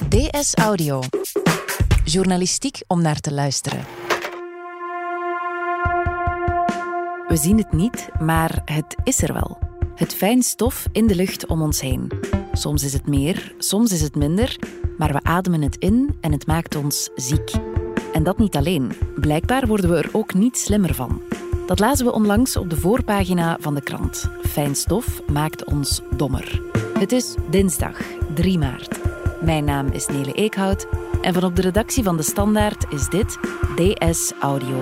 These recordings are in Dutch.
DS Audio. Journalistiek om naar te luisteren. We zien het niet, maar het is er wel. Het fijn stof in de lucht om ons heen. Soms is het meer, soms is het minder, maar we ademen het in en het maakt ons ziek. En dat niet alleen. Blijkbaar worden we er ook niet slimmer van. Dat lazen we onlangs op de voorpagina van de krant. Fijn stof maakt ons dommer. Het is dinsdag, 3 maart. Mijn naam is Nele Eekhout en vanop de redactie van De Standaard is dit DS Audio.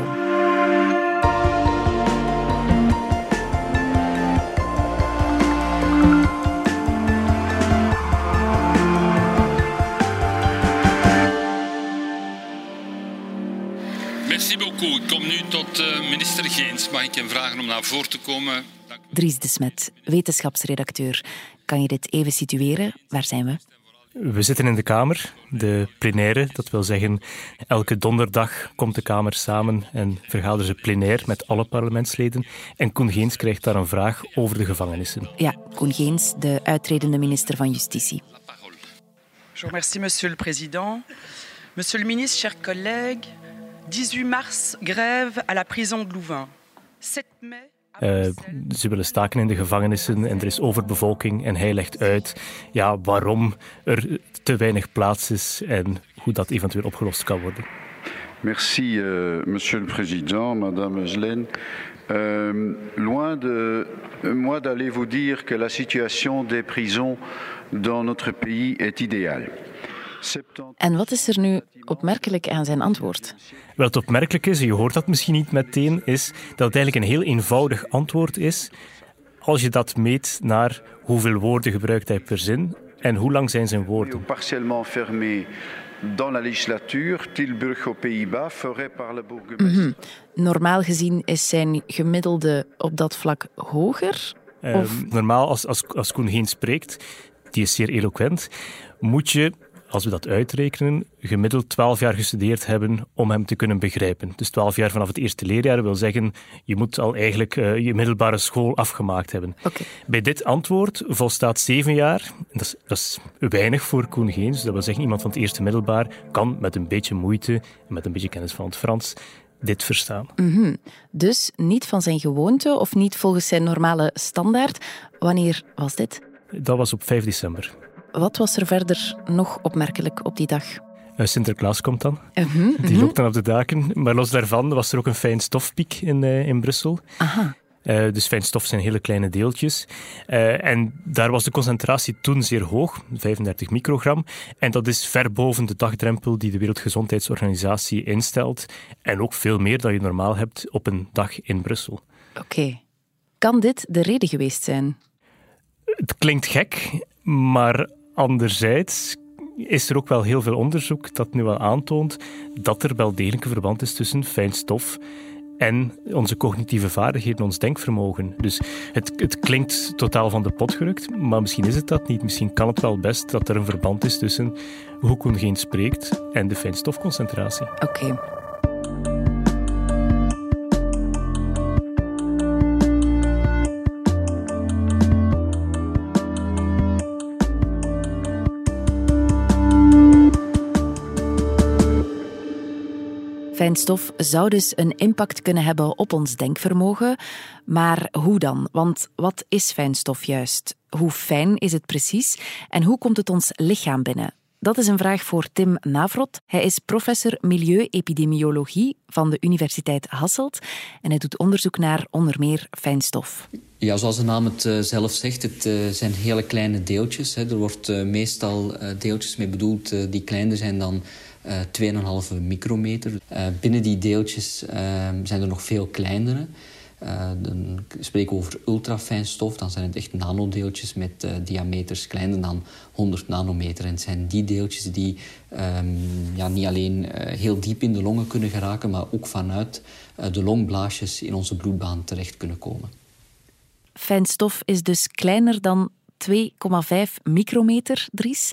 Merci beaucoup. Ik kom nu tot minister Geens. Mag ik hem vragen om naar voren te komen? Dries de Smet, wetenschapsredacteur. Kan je dit even situeren? Waar zijn we? We zitten in de Kamer, de plenaire. Dat wil zeggen, elke donderdag komt de Kamer samen en vergaderen ze plenair met alle parlementsleden. En Koen Geens krijgt daar een vraag over de gevangenissen. Ja, Koen Geens, de uitredende minister van Justitie. Je vous remercie, monsieur le président. Monsieur le ministre, chers collègues, 18 mars, grève à la prison de Louvain. 7 mai... Ze willen staken in de gevangenissen en er is overbevolking. En hij legt uit waarom er te weinig plaats is en hoe dat eventueel opgelost kan worden. Merci, monsieur le président, madame Gelen. Loin de moi d'aller vous dire que la situation des prisons dans notre pays est idéale. En wat is er nu opmerkelijk aan zijn antwoord? Wel, het opmerkelijke is, je hoort dat misschien niet meteen, is dat het eigenlijk een heel eenvoudig antwoord is als je dat meet naar hoeveel woorden gebruikt hij per zin en hoe lang zijn zijn woorden. Partiellement fermé dans la législature, Tilburg aux Pays-Bas ferait par le bourgmestre. Normaal gezien is zijn gemiddelde op dat vlak hoger? Normaal, als Koen Geens spreekt, die is zeer eloquent, moet je, als we dat uitrekenen, gemiddeld 12 jaar gestudeerd hebben om hem te kunnen begrijpen. Dus 12 jaar vanaf het eerste leerjaar wil zeggen, je moet al eigenlijk je middelbare school afgemaakt hebben. Okay. Bij dit antwoord volstaat 7 jaar. Dat is weinig voor Koen Geens. Dat wil zeggen, iemand van het eerste middelbaar kan met een beetje moeite en met een beetje kennis van het Frans dit verstaan. Mm-hmm. Dus niet van zijn gewoonte of niet volgens zijn normale standaard. Wanneer was dit? Dat was op 5 december. Wat was er verder nog opmerkelijk op die dag? Sinterklaas komt dan. Die loopt dan op de daken. Maar los daarvan was er ook een fijn stofpiek in Brussel. Aha. Dus fijn stof zijn hele kleine deeltjes. En daar was de concentratie toen zeer hoog, 35 microgram. En dat is ver boven de dagdrempel die de Wereldgezondheidsorganisatie instelt. En ook veel meer dan je normaal hebt op een dag in Brussel. Oké. Kan dit de reden geweest zijn? Het klinkt gek, maar anderzijds is er ook wel heel veel onderzoek dat nu al aantoont dat er wel degelijk een verband is tussen fijn stof en onze cognitieve vaardigheden, ons denkvermogen. Dus het klinkt totaal van de pot gerukt, maar misschien is het dat niet. Misschien kan het wel best dat er een verband is tussen hoe Koen Geens spreekt en de fijnstofconcentratie. Oké. Fijnstof zou dus een impact kunnen hebben op ons denkvermogen. Maar hoe dan? Want wat is fijnstof juist? Hoe fijn is het precies? En hoe komt het ons lichaam binnen? Dat is een vraag voor Tim Navrot. Hij is professor milieuepidemiologie van de Universiteit Hasselt. En hij doet onderzoek naar onder meer fijnstof. Ja, zoals de naam het zelf zegt, het zijn hele kleine deeltjes. Er wordt meestal deeltjes mee bedoeld die kleiner zijn dan 2,5 micrometer. Binnen die deeltjes zijn er nog veel kleinere. Dan spreken we over ultrafijn stof. Dan zijn het echt nanodeeltjes met diameters kleiner dan 100 nanometer. En het zijn die deeltjes die niet alleen heel diep in de longen kunnen geraken, maar ook vanuit de longblaasjes in onze bloedbaan terecht kunnen komen. Fijnstof is dus kleiner dan 2,5 micrometer, Dries.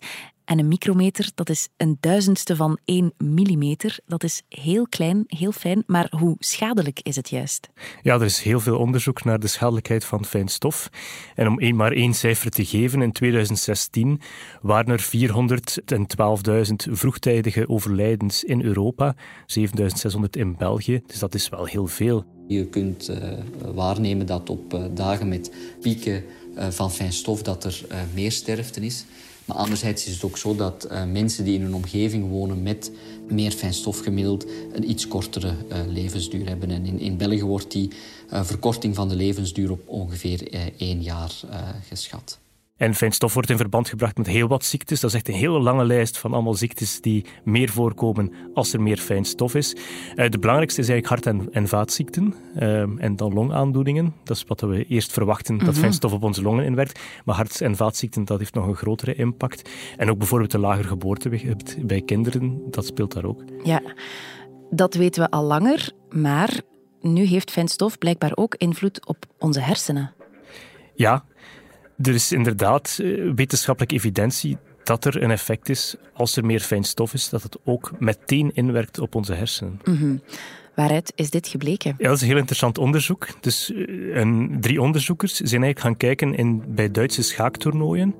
En een micrometer, dat is 1/1000ste van 1 millimeter. Dat is heel klein, heel fijn, maar hoe schadelijk is het juist? Ja, er is heel veel onderzoek naar de schadelijkheid van fijn stof. En om maar één cijfer te geven, in 2016 waren er 412.000 vroegtijdige overlijdens in Europa, 7.600 in België. Dus dat is wel heel veel. Je kunt waarnemen dat op dagen met pieken van fijn stof dat er meer sterfte is. Maar anderzijds is het ook zo dat mensen die in een omgeving wonen met meer fijn stof gemiddeld een iets kortere levensduur hebben. En in België wordt die verkorting van de levensduur op ongeveer 1 jaar geschat. En fijn stof wordt in verband gebracht met heel wat ziektes. Dat is echt een hele lange lijst van allemaal ziektes die meer voorkomen als er meer fijn stof is. De belangrijkste is eigenlijk hart- en vaatziekten en dan longaandoeningen. Dat is wat we eerst verwachten, dat fijn stof op onze longen inwerkt. Maar hart- en vaatziekten, dat heeft nog een grotere impact. En ook bijvoorbeeld de lager geboortegewicht bij kinderen, dat speelt daar ook. Ja, dat weten we al langer, maar nu heeft fijn stof blijkbaar ook invloed op onze hersenen. Ja, er is inderdaad wetenschappelijke evidentie dat er een effect is als er meer fijn stof is, dat het ook meteen inwerkt op onze hersenen. Waaruit is dit gebleken? Ja, dat is een heel interessant onderzoek. Dus 3 onderzoekers zijn eigenlijk gaan kijken bij Duitse schaaktoernooien.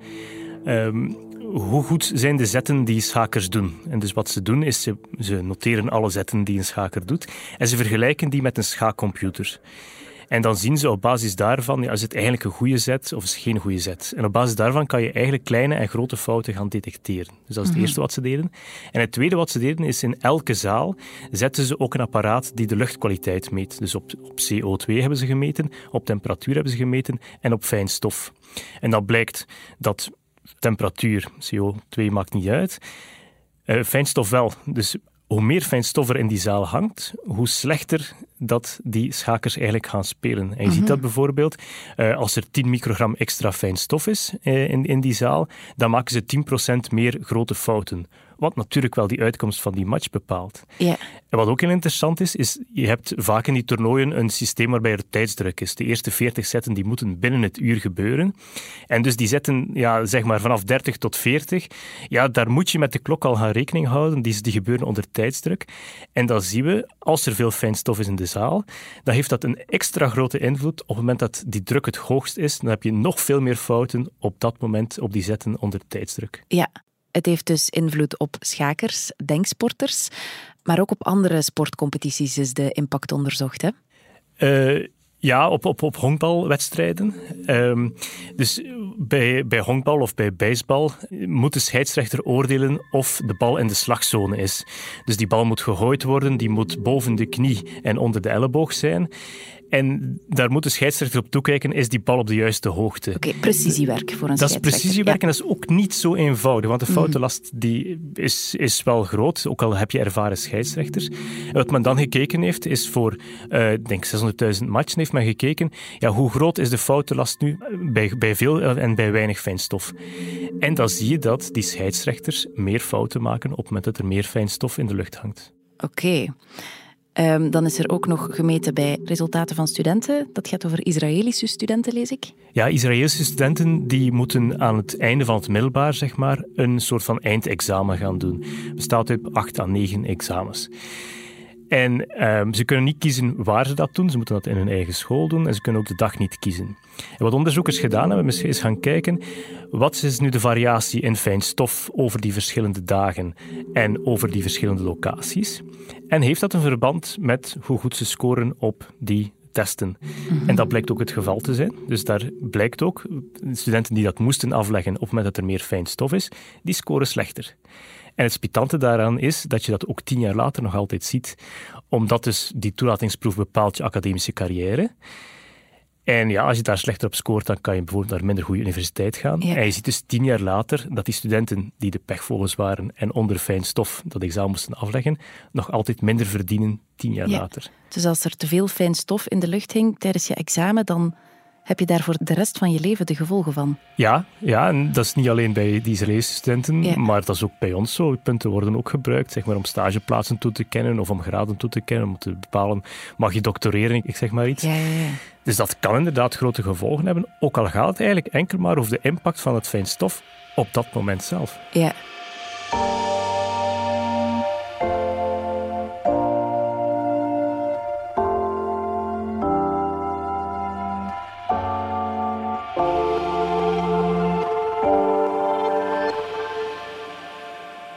Hoe goed zijn de zetten die schakers doen? En dus wat ze doen is, ze noteren alle zetten die een schaker doet en ze vergelijken die met een schaakcomputer. En dan zien ze op basis daarvan, is het eigenlijk een goede zet of is het geen goede zet? En op basis daarvan kan je eigenlijk kleine en grote fouten gaan detecteren. Dus dat is het eerste wat ze deden. En het tweede wat ze deden is, in elke zaal zetten ze ook een apparaat die de luchtkwaliteit meet. Dus op CO2 hebben ze gemeten, op temperatuur hebben ze gemeten en op fijn stof. En dan blijkt dat temperatuur, CO2 maakt niet uit, fijnstof wel. Dus hoe meer fijn stof er in die zaal hangt, hoe slechter dat die schakers eigenlijk gaan spelen. En je ziet dat bijvoorbeeld, als er 10 microgram extra fijn stof is in die zaal, dan maken ze 10% meer grote fouten. Wat natuurlijk wel die uitkomst van die match bepaalt. Ja. En wat ook heel interessant is je hebt vaak in die toernooien een systeem waarbij er tijdsdruk is. De eerste 40 zetten die moeten binnen het uur gebeuren. En dus die zetten, zeg maar vanaf 30 tot 40, daar moet je met de klok al gaan rekening houden. Die gebeuren onder tijdsdruk. En dan zien we, als er veel fijn stof is in de zaal, dan heeft dat een extra grote invloed. Op het moment dat die druk het hoogst is, dan heb je nog veel meer fouten op dat moment op die zetten onder tijdsdruk. Ja. Het heeft dus invloed op schakers, denksporters, maar ook op andere sportcompetities is de impact onderzocht, hè? Ja, op honkbalwedstrijden. Dus bij honkbal of bij baseball moet de scheidsrechter oordelen of de bal in de slagzone is. Dus die bal moet gegooid worden, die moet boven de knie en onder de elleboog zijn. En daar moet de scheidsrechter op toekijken, is die bal op de juiste hoogte. Oké, precisiewerk voor een scheidsrechter. Dat is precisiewerk en dat is ook niet zo eenvoudig, want de foutenlast die is wel groot, ook al heb je ervaren scheidsrechters. En wat men dan gekeken heeft, is voor, ik denk 600.000 matchen heeft men gekeken, hoe groot is de foutenlast nu bij veel en bij weinig fijn stof. En dan zie je dat die scheidsrechters meer fouten maken op het moment dat er meer fijn stof in de lucht hangt. Oké. Dan is er ook nog gemeten bij resultaten van studenten. Dat gaat over Israëlische studenten, lees ik. Ja, Israëlische studenten die moeten aan het einde van het middelbaar, zeg maar, een soort van eindexamen gaan doen. Het bestaat uit 8 à 9 examens. En ze kunnen niet kiezen waar ze dat doen. Ze moeten dat in hun eigen school doen en ze kunnen ook de dag niet kiezen. En wat onderzoekers gedaan hebben, is gaan kijken wat is nu de variatie in fijn stof over die verschillende dagen en over die verschillende locaties. En heeft dat een verband met hoe goed ze scoren op die testen. En dat blijkt ook het geval te zijn. Dus daar blijkt ook, studenten die dat moesten afleggen op het moment dat er meer fijn stof is, die scoren slechter. En het spitante daaraan is dat je dat ook 10 jaar later nog altijd ziet. Omdat dus die toelatingsproef bepaalt je academische carrière. En als je daar slechter op scoort, dan kan je bijvoorbeeld naar een minder goede universiteit gaan. Ja. En je ziet dus 10 jaar later dat die studenten die de pechvogels waren en onder fijn stof dat examen moesten afleggen, nog altijd minder verdienen 10 jaar later. Dus als er te veel fijn stof in de lucht hing tijdens je examen, dan heb je daar voor de rest van je leven de gevolgen van. Ja, en dat is niet alleen bij die Israëlische studenten, maar dat is ook bij ons zo. Punten worden ook gebruikt, zeg maar, om stageplaatsen toe te kennen of om graden toe te kennen, om te bepalen, mag je doctoreren, ik zeg maar iets. Ja. Dus dat kan inderdaad grote gevolgen hebben, ook al gaat het eigenlijk enkel maar over de impact van het fijn stof op dat moment zelf. Ja.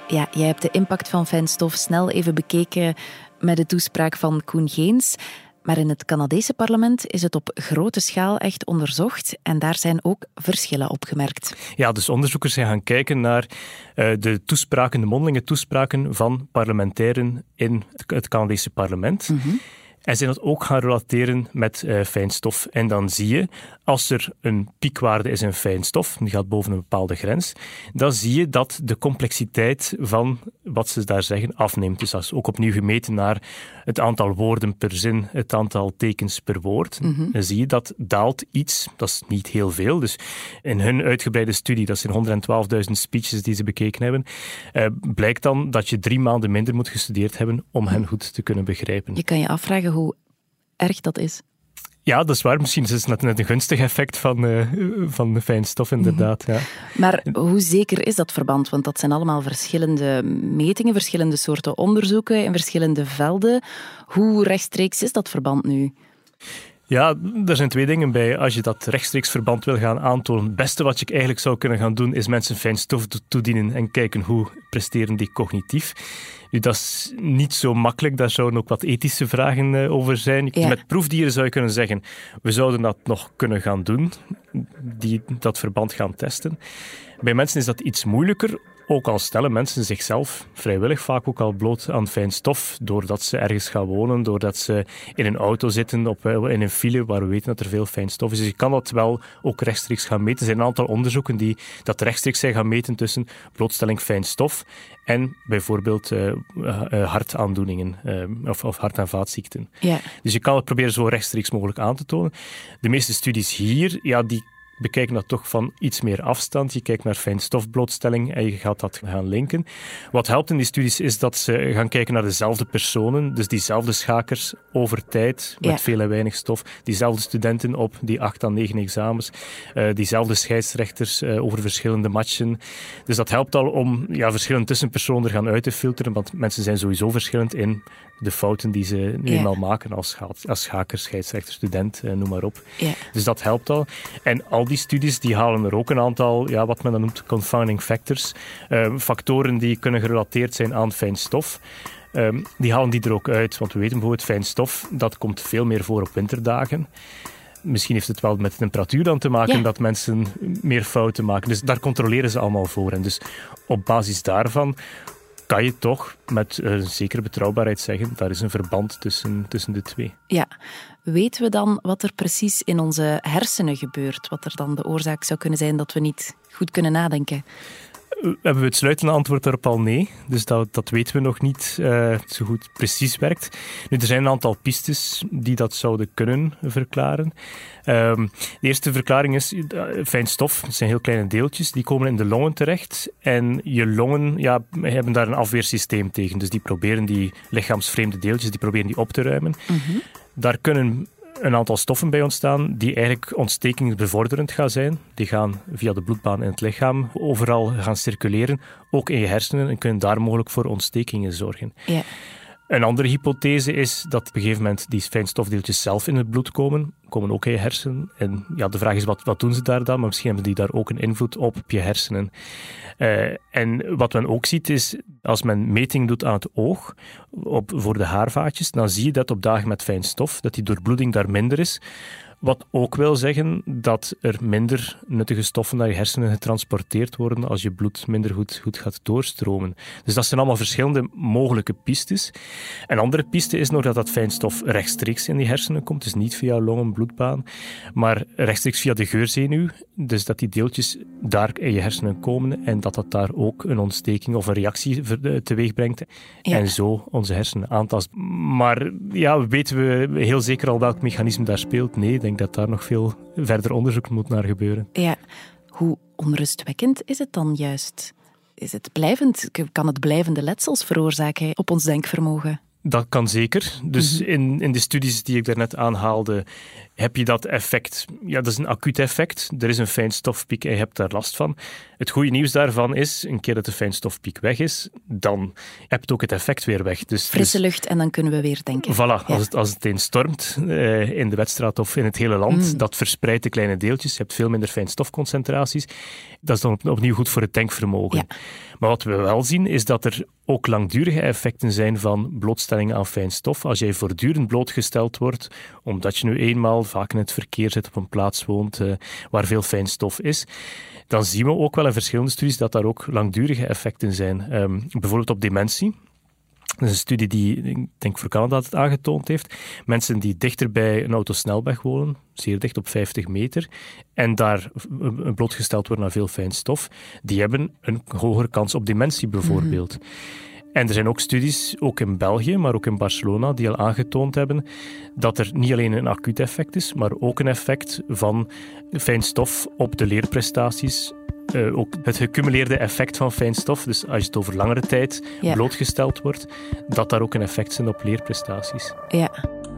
Ja, jij hebt de impact van fijnstof snel even bekeken met de toespraak van Koen Geens. Maar in het Canadese parlement is het op grote schaal echt onderzocht en daar zijn ook verschillen opgemerkt. Ja, dus onderzoekers zijn gaan kijken naar de toespraken, de mondelinge toespraken van parlementairen in het Canadese parlement. Mm-hmm. En zijn dat ook gaan relateren met fijnstof. En dan zie je, als er een piekwaarde is in fijnstof, die gaat boven een bepaalde grens, dan zie je dat de complexiteit van wat ze daar zeggen afneemt. Dus dat is ook opnieuw gemeten naar het aantal woorden per zin, het aantal tekens per woord. Mm-hmm. Dan zie je dat daalt iets, dat is niet heel veel. Dus in hun uitgebreide studie, dat zijn 112.000 speeches die ze bekeken hebben, blijkt dan dat je 3 maanden minder moet gestudeerd hebben om hen goed te kunnen begrijpen. Je kan je afvragen hoe erg dat is. Ja, dat is waar. Misschien is het net een gunstig effect van de fijnstof, inderdaad. Ja. Maar hoe zeker is dat verband? Want dat zijn allemaal verschillende metingen, verschillende soorten onderzoeken in verschillende velden. Hoe rechtstreeks is dat verband nu? Ja, er zijn 2 dingen bij. Als je dat rechtstreeks verband wil gaan aantonen, het beste wat je eigenlijk zou kunnen gaan doen, is mensen fijnstof toedienen en kijken hoe presteren die cognitief. Nu, dat is niet zo makkelijk, daar zouden ook wat ethische vragen over zijn. Ja. Met proefdieren zou je kunnen zeggen, we zouden dat nog kunnen gaan doen, die dat verband gaan testen. Bij mensen is dat iets moeilijker, ook al stellen mensen zichzelf vrijwillig vaak ook al bloot aan fijnstof, doordat ze ergens gaan wonen, doordat ze in een auto zitten, in een file waar we weten dat er veel fijnstof is. Dus je kan dat wel ook rechtstreeks gaan meten. Er zijn een aantal onderzoeken die dat rechtstreeks zijn gaan meten tussen blootstelling fijnstof en bijvoorbeeld hartaandoeningen of hart- en vaatziekten. Ja. Dus je kan het proberen zo rechtstreeks mogelijk aan te tonen. De meeste studies hier, ja, die bekijken dat toch van iets meer afstand. Je kijkt naar fijnstofblootstelling en je gaat dat gaan linken. Wat helpt in die studies is dat ze gaan kijken naar dezelfde personen, dus diezelfde schakers over tijd, met veel en weinig stof, diezelfde studenten op die 8 à 9 examens, diezelfde scheidsrechters over verschillende matchen. Dus dat helpt al om verschillen tussen personen er gaan uit te filteren, want mensen zijn sowieso verschillend in de fouten die ze nu eenmaal maken als schaker, scheidsrechter, student, noem maar op. Ja. Dus dat helpt al. En al die studies die halen er ook een aantal, wat men dan noemt confounding factors, factoren die kunnen gerelateerd zijn aan fijnstof. Die halen die er ook uit, want we weten bijvoorbeeld fijnstof, dat komt veel meer voor op winterdagen. Misschien heeft het wel met de temperatuur dan te maken dat mensen meer fouten maken. Dus daar controleren ze allemaal voor. En dus op basis daarvan kan je toch met zekere betrouwbaarheid zeggen, daar is een verband tussen de 2. Ja. Weten we dan wat er precies in onze hersenen gebeurt? Wat er dan de oorzaak zou kunnen zijn dat we niet goed kunnen nadenken? Hebben we het sluitende antwoord daarop al nee. Dus dat weten we nog niet zo goed precies werkt. Nu, er zijn een aantal pistes die dat zouden kunnen verklaren. De eerste verklaring is, fijnstof, dat zijn heel kleine deeltjes, die komen in de longen terecht. En je longen hebben daar een afweersysteem tegen. Dus die proberen die lichaamsvreemde deeltjes, die proberen die op te ruimen. Mm-hmm. Daar kunnen een aantal stoffen bij ontstaan die eigenlijk ontstekingsbevorderend gaan zijn. Die gaan via de bloedbaan in het lichaam overal gaan circuleren, ook in je hersenen, en kunnen daar mogelijk voor ontstekingen zorgen. Ja. Een andere hypothese is dat op een gegeven moment die fijnstofdeeltjes zelf in het bloed komen ook in je hersenen. En de vraag is, wat doen ze daar dan? Maar misschien hebben die daar ook een invloed op je hersenen. En wat men ook ziet is, als men meting doet aan het oog, voor de haarvaatjes, dan zie je dat op dagen met fijnstof, dat die doorbloeding daar minder is. Wat ook wil zeggen dat er minder nuttige stoffen naar je hersenen getransporteerd worden als je bloed minder goed gaat doorstromen. Dus dat zijn allemaal verschillende mogelijke pistes. Een andere piste is nog dat fijnstof rechtstreeks in die hersenen komt, dus niet via longen, bloedbaan, maar rechtstreeks via de geurzenuw. Dus dat die deeltjes daar in je hersenen komen en dat daar ook een ontsteking of een reactie teweeg brengt. Ja. En zo onze hersenen aantast. Maar weten we heel zeker al welk mechanisme daar speelt? Nee, ik denk dat daar nog veel verder onderzoek moet naar gebeuren. Ja, hoe onrustwekkend is het dan juist? Is het blijvend? Kan het blijvende letsels veroorzaken op ons denkvermogen? Dat kan zeker. Dus in de studies die ik daarnet aanhaalde, heb je dat effect. Ja, dat is een acuut effect. Er is een fijnstofpiek en je hebt daar last van. Het goede nieuws daarvan is, een keer dat de fijnstofpiek weg is, dan heb je ook het effect weer weg. Frisse lucht en dan kunnen we weer denken. Voilà, als het eens stormt in de Wetstraat of in het hele land, dat verspreidt de kleine deeltjes. Je hebt veel minder fijnstofconcentraties. Dat is dan opnieuw goed voor het denkvermogen. Ja. Maar wat we wel zien, is dat er ook langdurige effecten zijn van blootstelling aan fijnstof. Als jij voortdurend blootgesteld wordt, omdat je nu eenmaal vaak in het verkeer zit, op een plaats woont waar veel fijnstof is, dan zien we ook wel in verschillende studies dat daar ook langdurige effecten zijn. Bijvoorbeeld op dementie. Dat is een studie die, ik denk voor Canada het aangetoond heeft. Mensen die dichter bij een autosnelweg wonen, zeer dicht op 50 meter, en daar blootgesteld worden aan veel fijnstof, die hebben een hogere kans op dementie bijvoorbeeld. En er zijn ook studies, ook in België, maar ook in Barcelona, die al aangetoond hebben dat er niet alleen een acuut effect is, maar ook een effect van fijnstof op de leerprestaties. Ook het gecumuleerde effect van fijnstof, dus als je het over langere tijd blootgesteld wordt, dat daar ook een effect zijn op leerprestaties. Ja.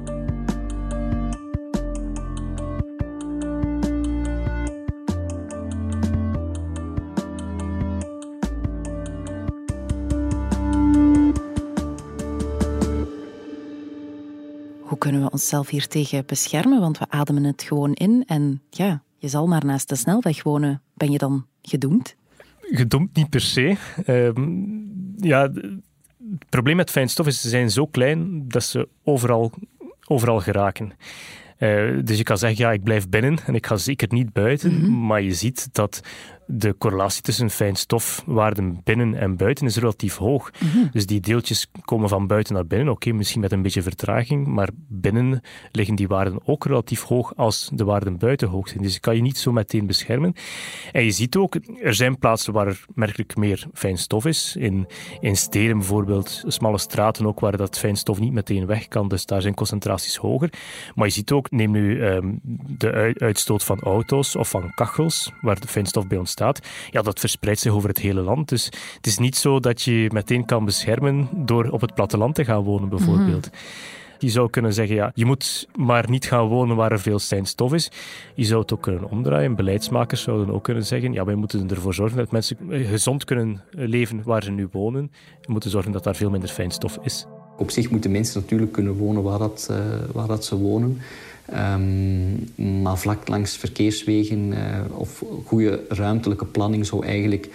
Hoe kunnen we onszelf hier tegen beschermen? Want we ademen het gewoon in en ja, je zal maar naast de snelweg wonen. Ben je dan gedoemd? Gedoemd niet per se. Het probleem met fijnstof is, ze zijn zo klein dat ze overal geraken. Dus je kan zeggen, ja, ik blijf binnen en ik ga zeker niet buiten. Maar je ziet dat de correlatie tussen fijnstofwaarden binnen en buiten is relatief hoog. Dus die deeltjes komen van buiten naar binnen. Oké, misschien met een beetje vertraging, maar binnen liggen die waarden ook relatief hoog als de waarden buiten hoog zijn. Dus je kan je niet zo meteen beschermen. En je ziet ook, er zijn plaatsen waar er merkelijk meer fijnstof is. In steden bijvoorbeeld, smalle straten ook, waar dat fijnstof niet meteen weg kan. Dus daar zijn concentraties hoger. Maar je ziet ook, neem nu de uitstoot van auto's of van kachels, waar de fijnstof bij ontstaat. Ja, dat verspreidt zich over het hele land. Dus het is niet zo dat je meteen kan beschermen door op het platteland te gaan wonen, bijvoorbeeld. Je zou kunnen zeggen, ja, je moet maar niet gaan wonen waar er veel fijnstof is. Je zou het ook kunnen omdraaien. Beleidsmakers zouden ook kunnen zeggen, ja, wij moeten ervoor zorgen dat mensen gezond kunnen leven waar ze nu wonen. We moeten zorgen dat daar veel minder fijnstof is. Op zich moeten mensen natuurlijk kunnen wonen waar dat ze wonen. Maar vlak langs verkeerswegen of goede ruimtelijke planning zou eigenlijk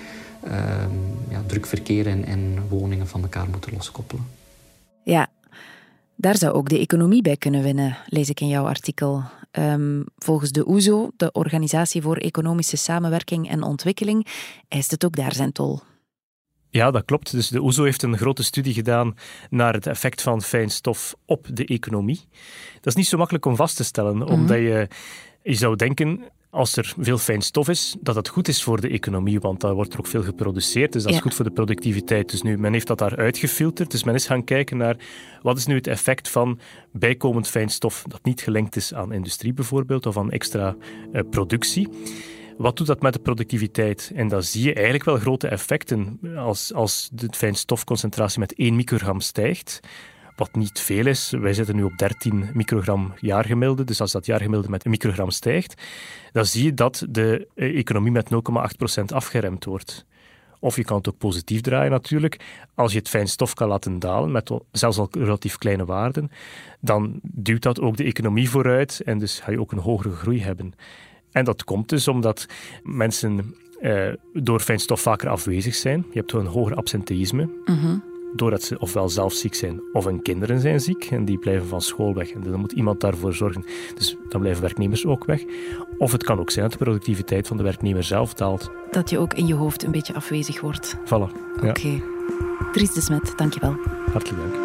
druk verkeer en woningen van elkaar moeten loskoppelen. Ja, daar zou ook de economie bij kunnen winnen, lees ik in jouw artikel. Volgens de OESO, de Organisatie voor Economische Samenwerking en Ontwikkeling, eist het ook daar zijn tol. Ja, dat klopt. Dus de OESO heeft een grote studie gedaan naar het effect van fijnstof op de economie. Dat is niet zo makkelijk om vast te stellen, omdat je zou denken, als er veel fijnstof is, dat het goed is voor de economie, want daar wordt er ook veel geproduceerd, dus dat is goed voor de productiviteit. Dus nu, men heeft dat daar uitgefilterd, dus men is gaan kijken naar wat is nu het effect van bijkomend fijnstof dat niet gelinkt is aan industrie bijvoorbeeld, of aan extra productie. Wat doet dat met de productiviteit? En dan zie je eigenlijk wel grote effecten. Als de fijnstofconcentratie met 1 microgram stijgt, wat niet veel is. Wij zitten nu op 13 microgram jaargemiddelde. Dus als dat jaargemiddelde met 1 microgram stijgt, dan zie je dat de economie met 0,8% afgeremd wordt. Of je kan het ook positief draaien natuurlijk. Als je het fijnstof kan laten dalen, met zelfs al relatief kleine waarden, dan duwt dat ook de economie vooruit en dus ga je ook een hogere groei hebben. En dat komt dus omdat mensen door fijnstof vaker afwezig zijn. Je hebt een hoger absenteïsme, doordat ze ofwel zelf ziek zijn of hun kinderen zijn ziek en die blijven van school weg. En dan moet iemand daarvoor zorgen. Dus dan blijven werknemers ook weg. Of het kan ook zijn dat de productiviteit van de werknemer zelf daalt. Dat je ook in je hoofd een beetje afwezig wordt. Voilà. Ja. Oké. Dries de Smet, dankjewel. Hartelijk dank.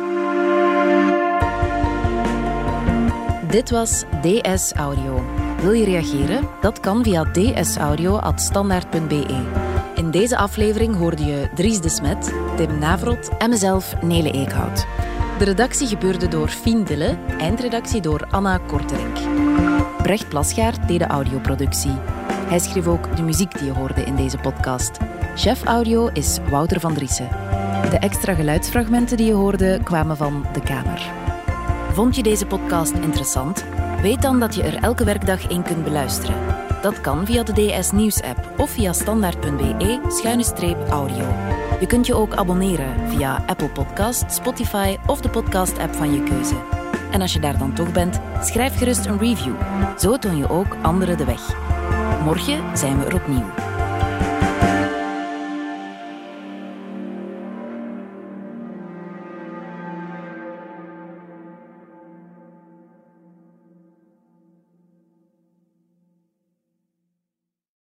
Dit was DS Audio. Wil je reageren? Dat kan via dsaudio@standaard.be. In deze aflevering hoorde je Dries de Smet, Tim Navrot en mezelf, Nele Eekhout. De redactie gebeurde door Fien Dille, eindredactie door Anna Korterink. Brecht Plasgaard deed de audioproductie. Hij schreef ook de muziek die je hoorde in deze podcast. Chef audio is Wouter van Driessen. De extra geluidsfragmenten die je hoorde kwamen van De Kamer. Vond je deze podcast interessant? Weet dan dat je er elke werkdag in kunt beluisteren. Dat kan via de DS Nieuws-app of via standaard.be/audio. Je kunt je ook abonneren via Apple Podcasts, Spotify of de podcast-app van je keuze. En als je daar dan toch bent, schrijf gerust een review. Zo toon je ook anderen de weg. Morgen zijn we er opnieuw.